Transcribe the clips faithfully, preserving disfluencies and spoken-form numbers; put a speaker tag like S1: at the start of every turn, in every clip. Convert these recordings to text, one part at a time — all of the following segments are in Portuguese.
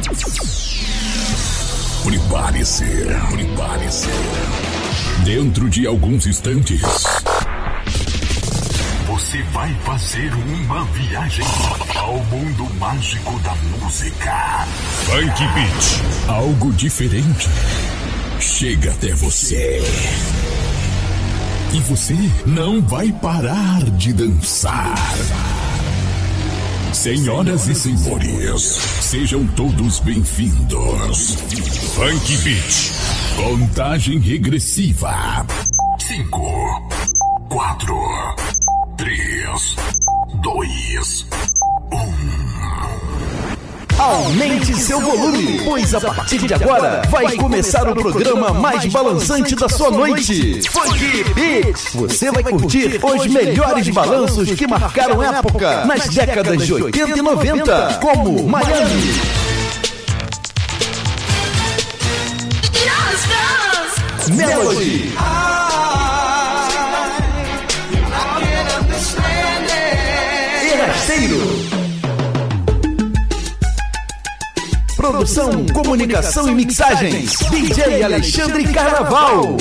S1: Prepare-se, prepare-se. Dentro de alguns instantes, você vai fazer uma viagem ao mundo mágico da música. Funk Beat, algo diferente, chega até você. E você não vai parar de dançar. Senhoras e senhores, sejam todos bem-vindos. Funk Beat, contagem regressiva. Cinco, quatro, três, dois, um.
S2: Aumente seu volume, pois a partir de agora vai começar o programa mais balançante da sua noite. Funk Beat. Você vai curtir os melhores balanços que marcaram época nas décadas de oitenta e noventa, como Miami, Melody, e Rasteiro. Produção, comunicação e mixagens, D J Alexandre Carnaval.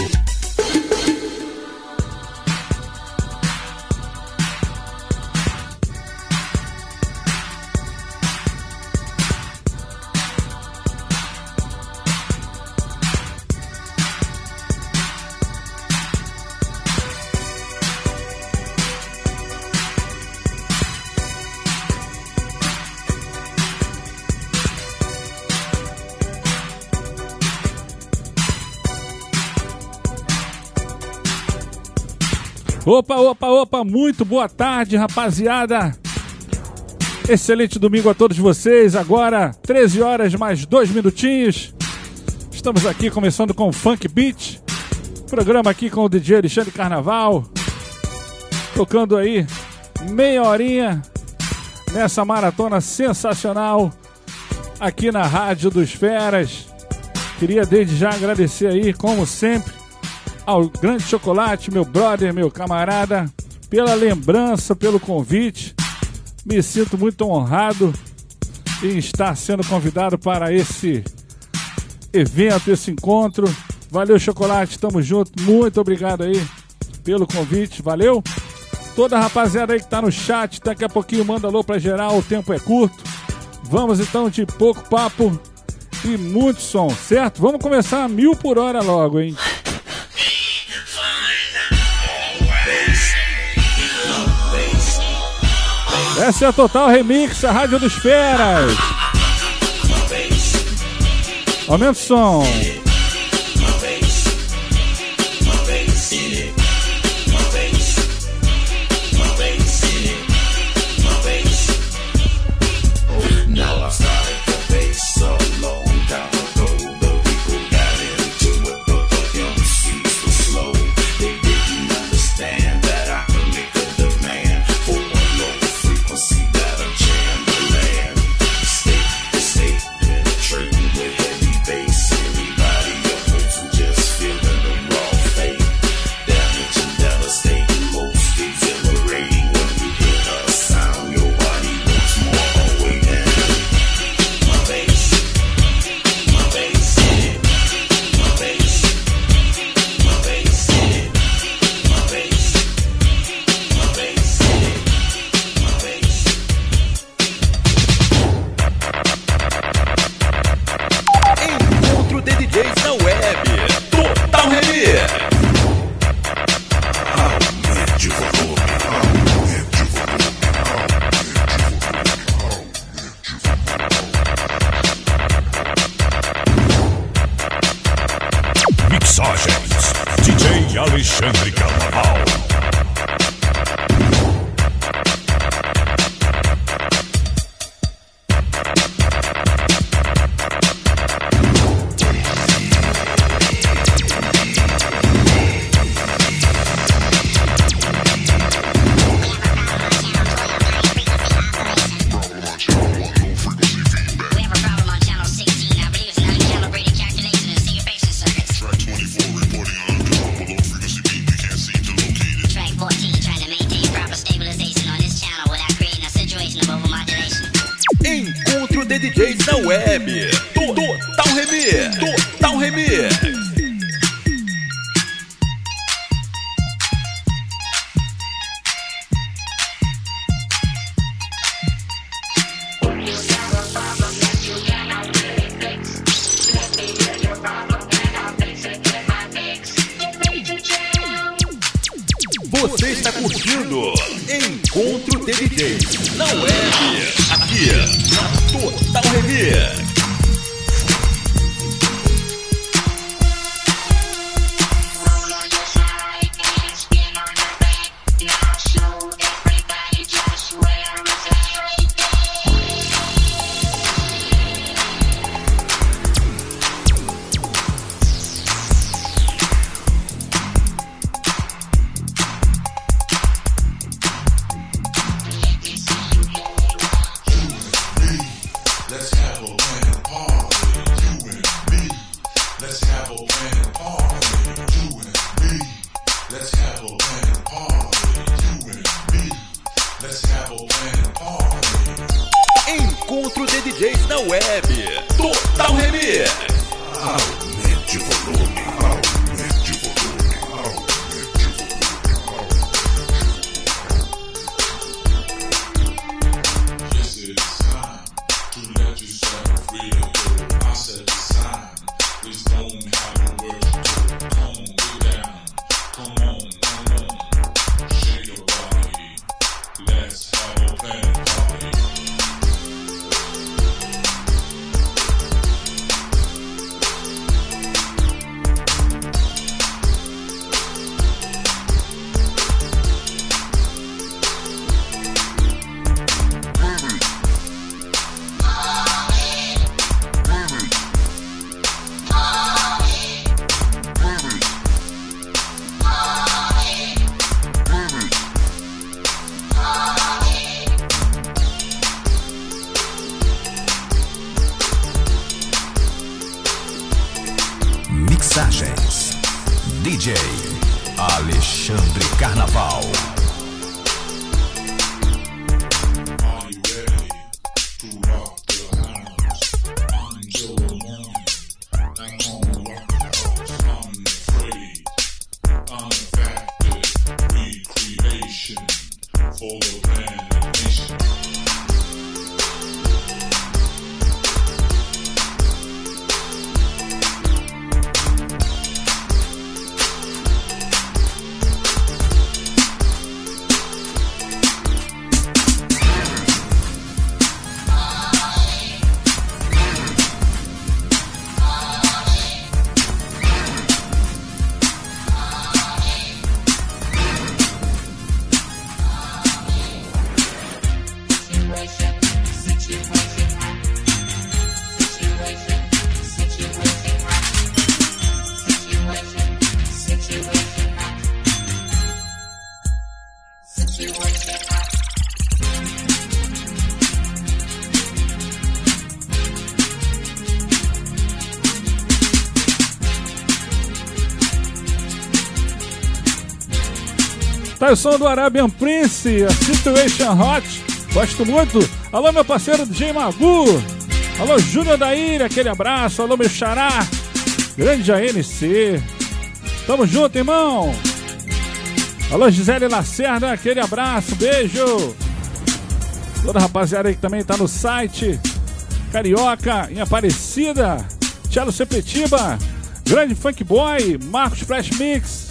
S3: Opa, opa, opa, muito boa tarde, rapaziada. Excelente domingo a todos vocês. Agora, treze horas mais dois minutinhos. Estamos aqui começando com o Funk Beat. Programa aqui com o D J Alexandre Carnaval. Tocando aí meia horinha nessa maratona sensacional aqui na Rádio dos Feras. Queria desde já agradecer aí, como sempre, ao Grande Chocolate, meu brother, meu camarada, pela lembrança, pelo convite. Me sinto muito honrado em estar sendo convidado para esse evento, esse encontro. Valeu, Chocolate, tamo junto. Muito obrigado aí pelo convite, valeu. Toda a rapaziada aí que tá no chat, daqui a pouquinho manda alô pra geral, o tempo é curto. Vamos então de pouco papo e muito som, certo? Vamos começar a mil por hora logo, hein? Essa é a Total Remix, a Rádio dos Feras. Aumenta o som.
S1: D J Alexandre Carnaval.
S4: Can't see
S2: Encontro de D Js na web. Total Remix. Total Remix. Você está curtindo Encontro de D Js na web, aqui na Total Remix. Encontro de D Js na web. Total Remix. Aumente o volume. Aumente o volume. Aumente o volume.
S4: Yes, it's time to let yourself free to go. I said it's time. Please don't have to work. Come on, get down. Come on, come on. Shake your body. Let's have a plan party.
S2: Mixagens D J Alexandre Carnaval.
S4: Are you ready to rock the house until the morning? I'm gonna rock the house. I'm afraid, unaffected, recreation for the planet nation.
S3: Tá o som do Arabian Prince, a Situation Hot, gosto muito. Alô, meu parceiro D J Magu. Alô, Júnior da Ilha, aquele abraço. Alô, meu xará, grande A N C. Tamo junto, irmão. Alô, Gisele Lacerda, aquele abraço, beijo. Toda a rapaziada aí que também tá no site Carioca, em Aparecida. Tchelo Sepetiba, grande Funk Boy, Marcos Flash Mix,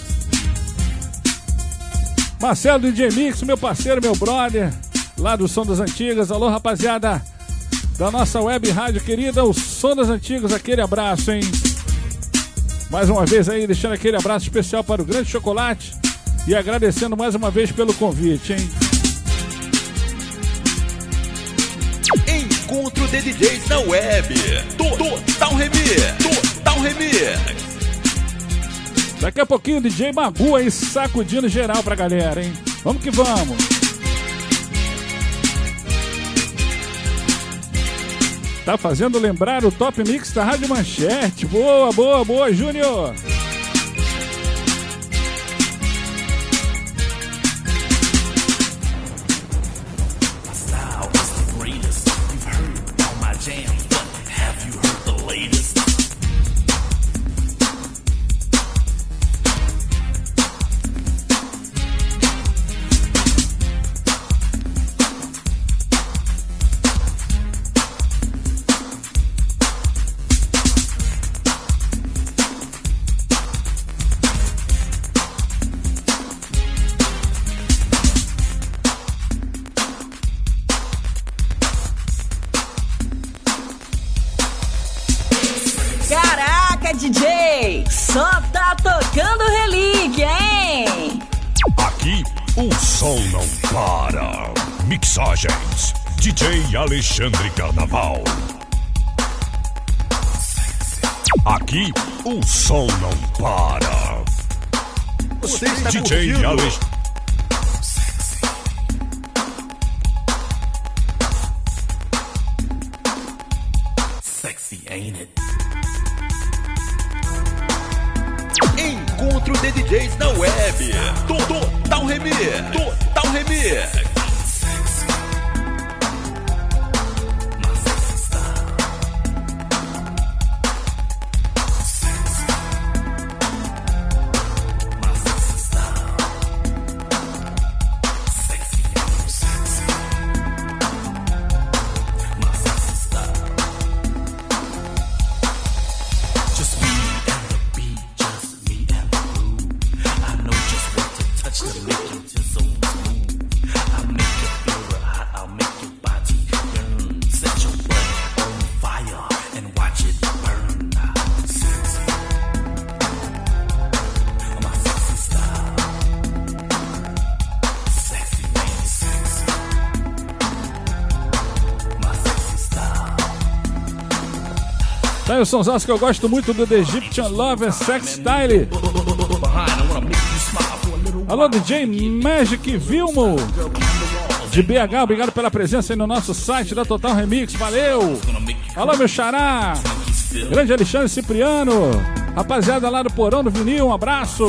S3: Marcelo D J Mix, meu parceiro, meu brother, lá do Som das Antigas. Alô, rapaziada da nossa web rádio querida, o Som das Antigas, aquele abraço, hein? Mais uma vez aí, deixando aquele abraço especial para o Grande Chocolate e agradecendo mais uma vez pelo convite, hein?
S2: Encontro de D Js na web. Total Remix. Total Remix.
S3: Daqui a pouquinho o D J Magu aí sacudindo geral pra galera, hein? Vamos que vamos. Tá fazendo lembrar o Top Mix da Rádio Manchete. Boa, boa, boa, Júnior.
S5: D J, só tá tocando relíquia, hein?
S1: Aqui o som não para. Mixagens D J Alexandre Carnaval. Aqui o som não para.
S2: Você está
S1: D J Alexandre.
S6: Sexy, ain't it?
S2: Encontro de D Js na web. Total Remix. Total Remix.
S3: Tá aí o sonsaço que eu gosto muito do The Egyptian Love and Sex Style. Alô, D J Magic Vilmo de B H, obrigado pela presença aí no nosso site da Total Remix, valeu! Alô, meu xará, grande Alexandre Cipriano, rapaziada lá do Porão do Vinil, um abraço!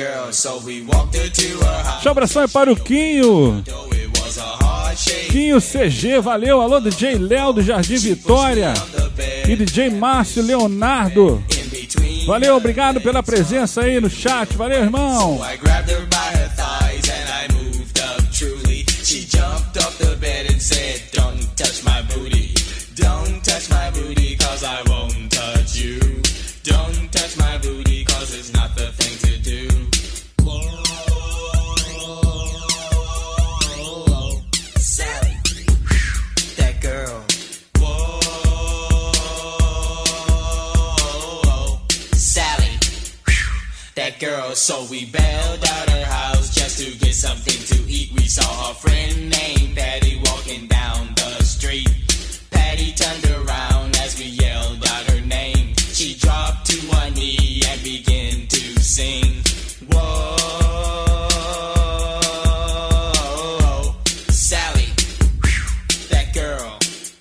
S3: Deixa um abração aí para o Quinho. Quinho C G, valeu. Alô, D J Léo do Jardim Vitória. E D J Márcio Leonardo. Valeu, obrigado pela presença aí no chat. Valeu, irmão.
S7: Girl, so we bailed out her house just to get something to eat. We saw a friend named Patty walking down the street. Patty turned around as we yelled out her name. She dropped to one knee and began to sing. Whoa, Sally, that girl.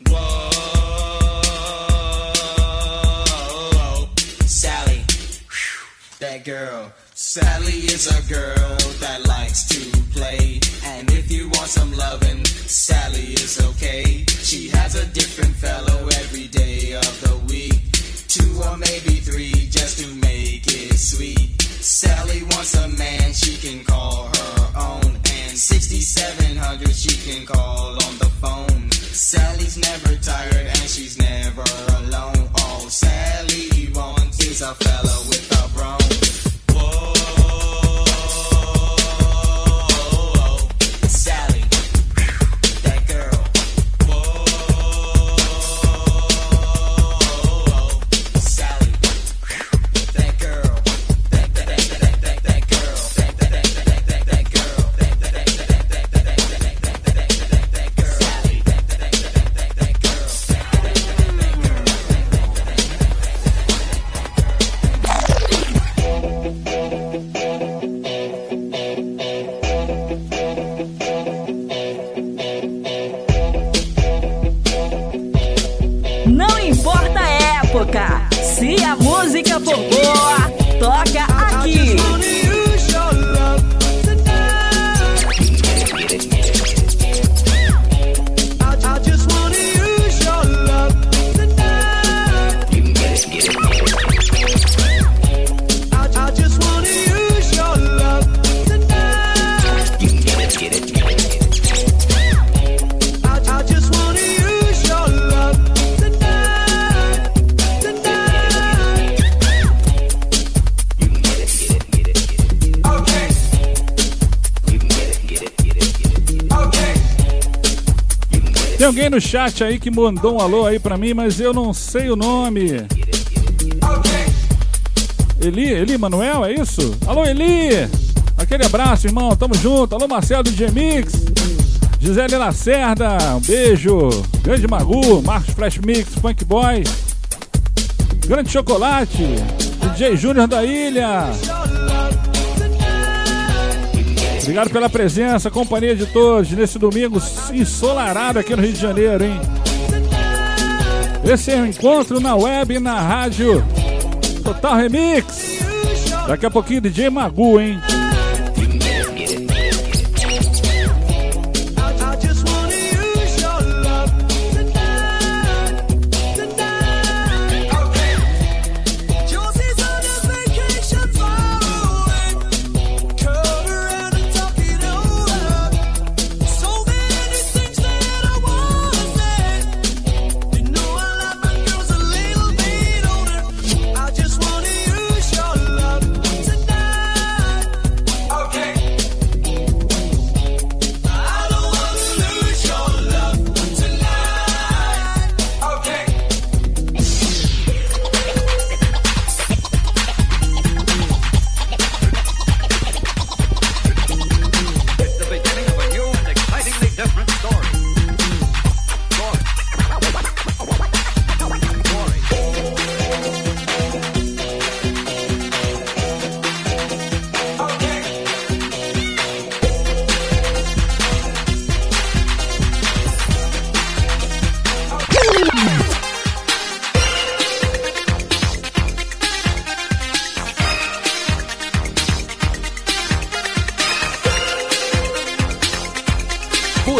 S7: Whoa, Sally, that girl. Sally is a girl that likes to play, and if you want some lovin', Sally is okay. She has a different fellow every day of the week, two or maybe three just to make it sweet. Sally wants a man she can call her own, and sixty-seven hundred she can call on the phone. Sally's never tired and she's never alone. All Sally wants is a fella with a brawn.
S5: Se a música for boa, toca aqui.
S3: Tem alguém no chat aí que mandou um alô aí pra mim, mas eu não sei o nome. Eli, Eli Manuel, é isso? Alô, Eli! Aquele abraço, irmão, tamo junto. Alô, Marcelo do G Mix. Gisele Lacerda, um beijo. Grande Magu, Marcos Flash Mix, Funk Boy. Grande Chocolate, D J Júnior da Ilha. Obrigado pela presença, companhia de todos nesse domingo ensolarado aqui no Rio de Janeiro, hein? Esse é o encontro na web e na rádio Total Remix. Daqui a pouquinho D J Magu, hein?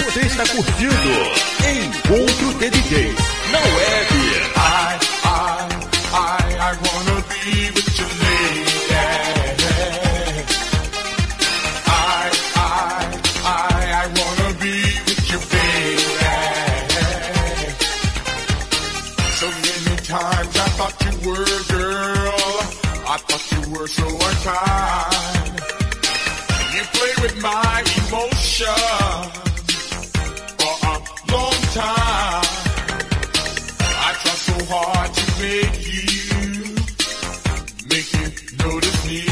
S2: Você está curtindo Encontro de D Js na web.
S4: I, I, I, I wanna be with you, lady. I, I, I, I wanna be with you, baby. So many times I thought you were a girl. I thought you were so unkind. You play with my emotions for a long time. I try so hard to make you, make you notice me.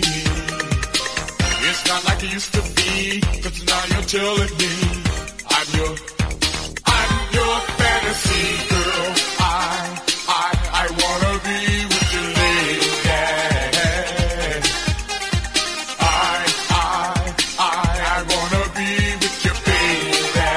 S4: It's not like it used to be, 'cause now you're telling me I'm your, I'm your fantasy girl. I, I, I wanna be with you, lady. I, I, I, I wanna be with you, baby.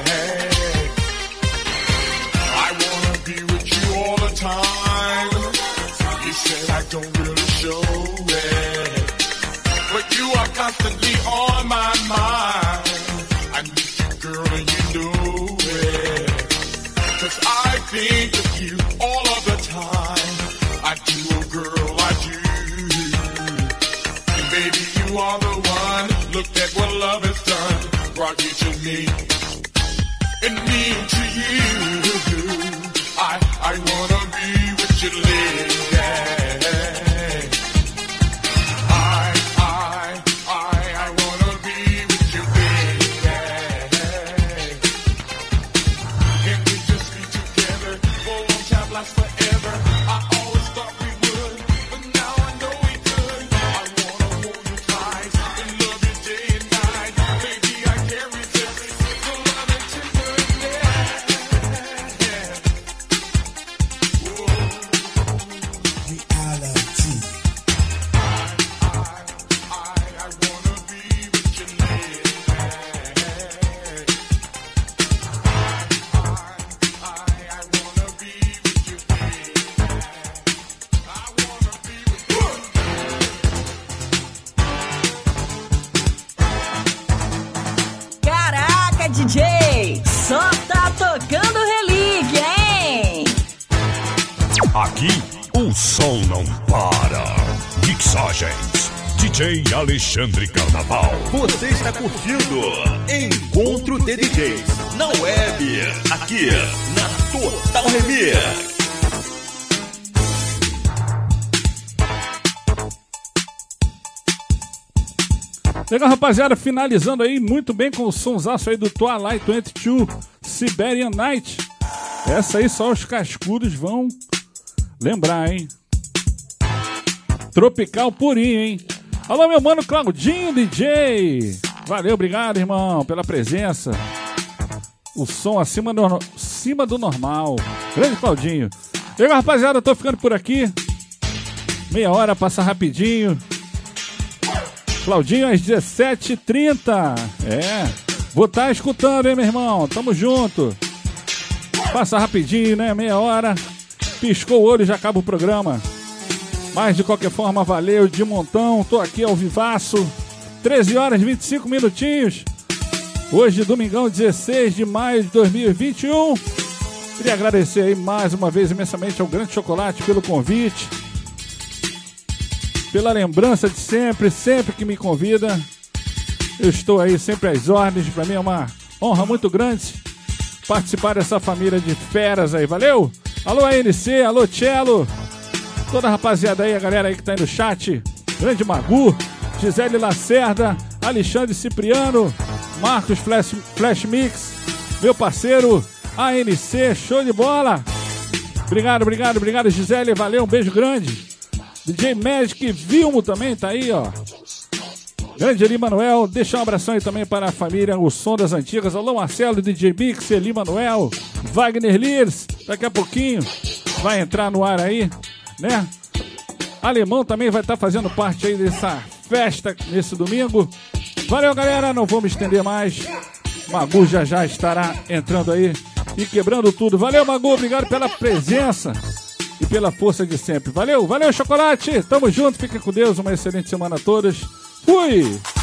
S4: I wanna be with you all the time. You said I don't really show it, but you are constantly on my mind. I need you, girl, and you know it. 'Cause I think of you all of the time. I do, oh girl, I do. And baby, you are the one. Look at what love has done. Brought you to me, and me to you. I, I wanna be with you, lady. I, I, I, I wanna be with you, baby. Can we just be together for a long time, last forever? I always thought we would, but now I know we could. I wanna hold you tight and love you day and night. Baby, I can't resist the love and tenderness.
S5: Caraca, D J, só tá tocando relíquia, hein?
S1: Aqui o som não para. Mixagens D J Alexandre Carnaval.
S2: Você está curtindo Encontro de D Js na web. Aqui na Total Remix.
S3: Legal, rapaziada, finalizando aí muito bem com o sonsaço aí do Twilight vinte e dois Siberian Night. Essa aí só os cascudos vão lembrar, hein? Tropical purinho, hein? Alô, meu mano Claudinho D J. Valeu, obrigado, irmão, pela presença. O som acima do, acima do normal. Grande Claudinho. Legal, rapaziada, tô ficando por aqui. Meia hora, passa rapidinho. Claudinho às dezessete e trinta. É, vou estar tá escutando, hein, meu irmão? Tamo junto. Passa rapidinho, né? Meia hora. Piscou o olho e já acaba o programa. Mas de qualquer forma, valeu de montão. Tô aqui ao vivaço. treze horas e vinte e cinco minutinhos. Hoje, domingão, dezesseis de maio de dois mil e vinte e um. Queria agradecer aí mais uma vez imensamente ao Grande Chocolate pelo convite. Pela lembrança de sempre, sempre que me convida. Eu estou aí sempre às ordens. Para mim é uma honra muito grande participar dessa família de feras aí. Valeu? Alô A N C, alô Cello. Toda a rapaziada aí, a galera aí que tá aí no chat. Grande Magu, Gisele Lacerda, Alexandre Cipriano, Marcos Flash, Flash Mix, meu parceiro A N C, show de bola. Obrigado, obrigado, obrigado Gisele, valeu, um beijo grande. D J Magic Vilmo também tá aí, ó. Grande Eli Manuel, deixa um abração aí também para a família O Som das Antigas. Alô Marcelo, D J Bix, Eli Manuel, Wagner Lires, daqui a pouquinho vai entrar no ar aí, né? Alemão também vai estar fazendo parte aí dessa festa nesse domingo. Valeu, galera, não vou me estender mais. Magu já já estará entrando aí e quebrando tudo. Valeu, Magu, obrigado pela presença e pela força de sempre. Valeu, valeu, Chocolate. Tamo junto, fiquem com Deus. Uma excelente semana a todos. Fui!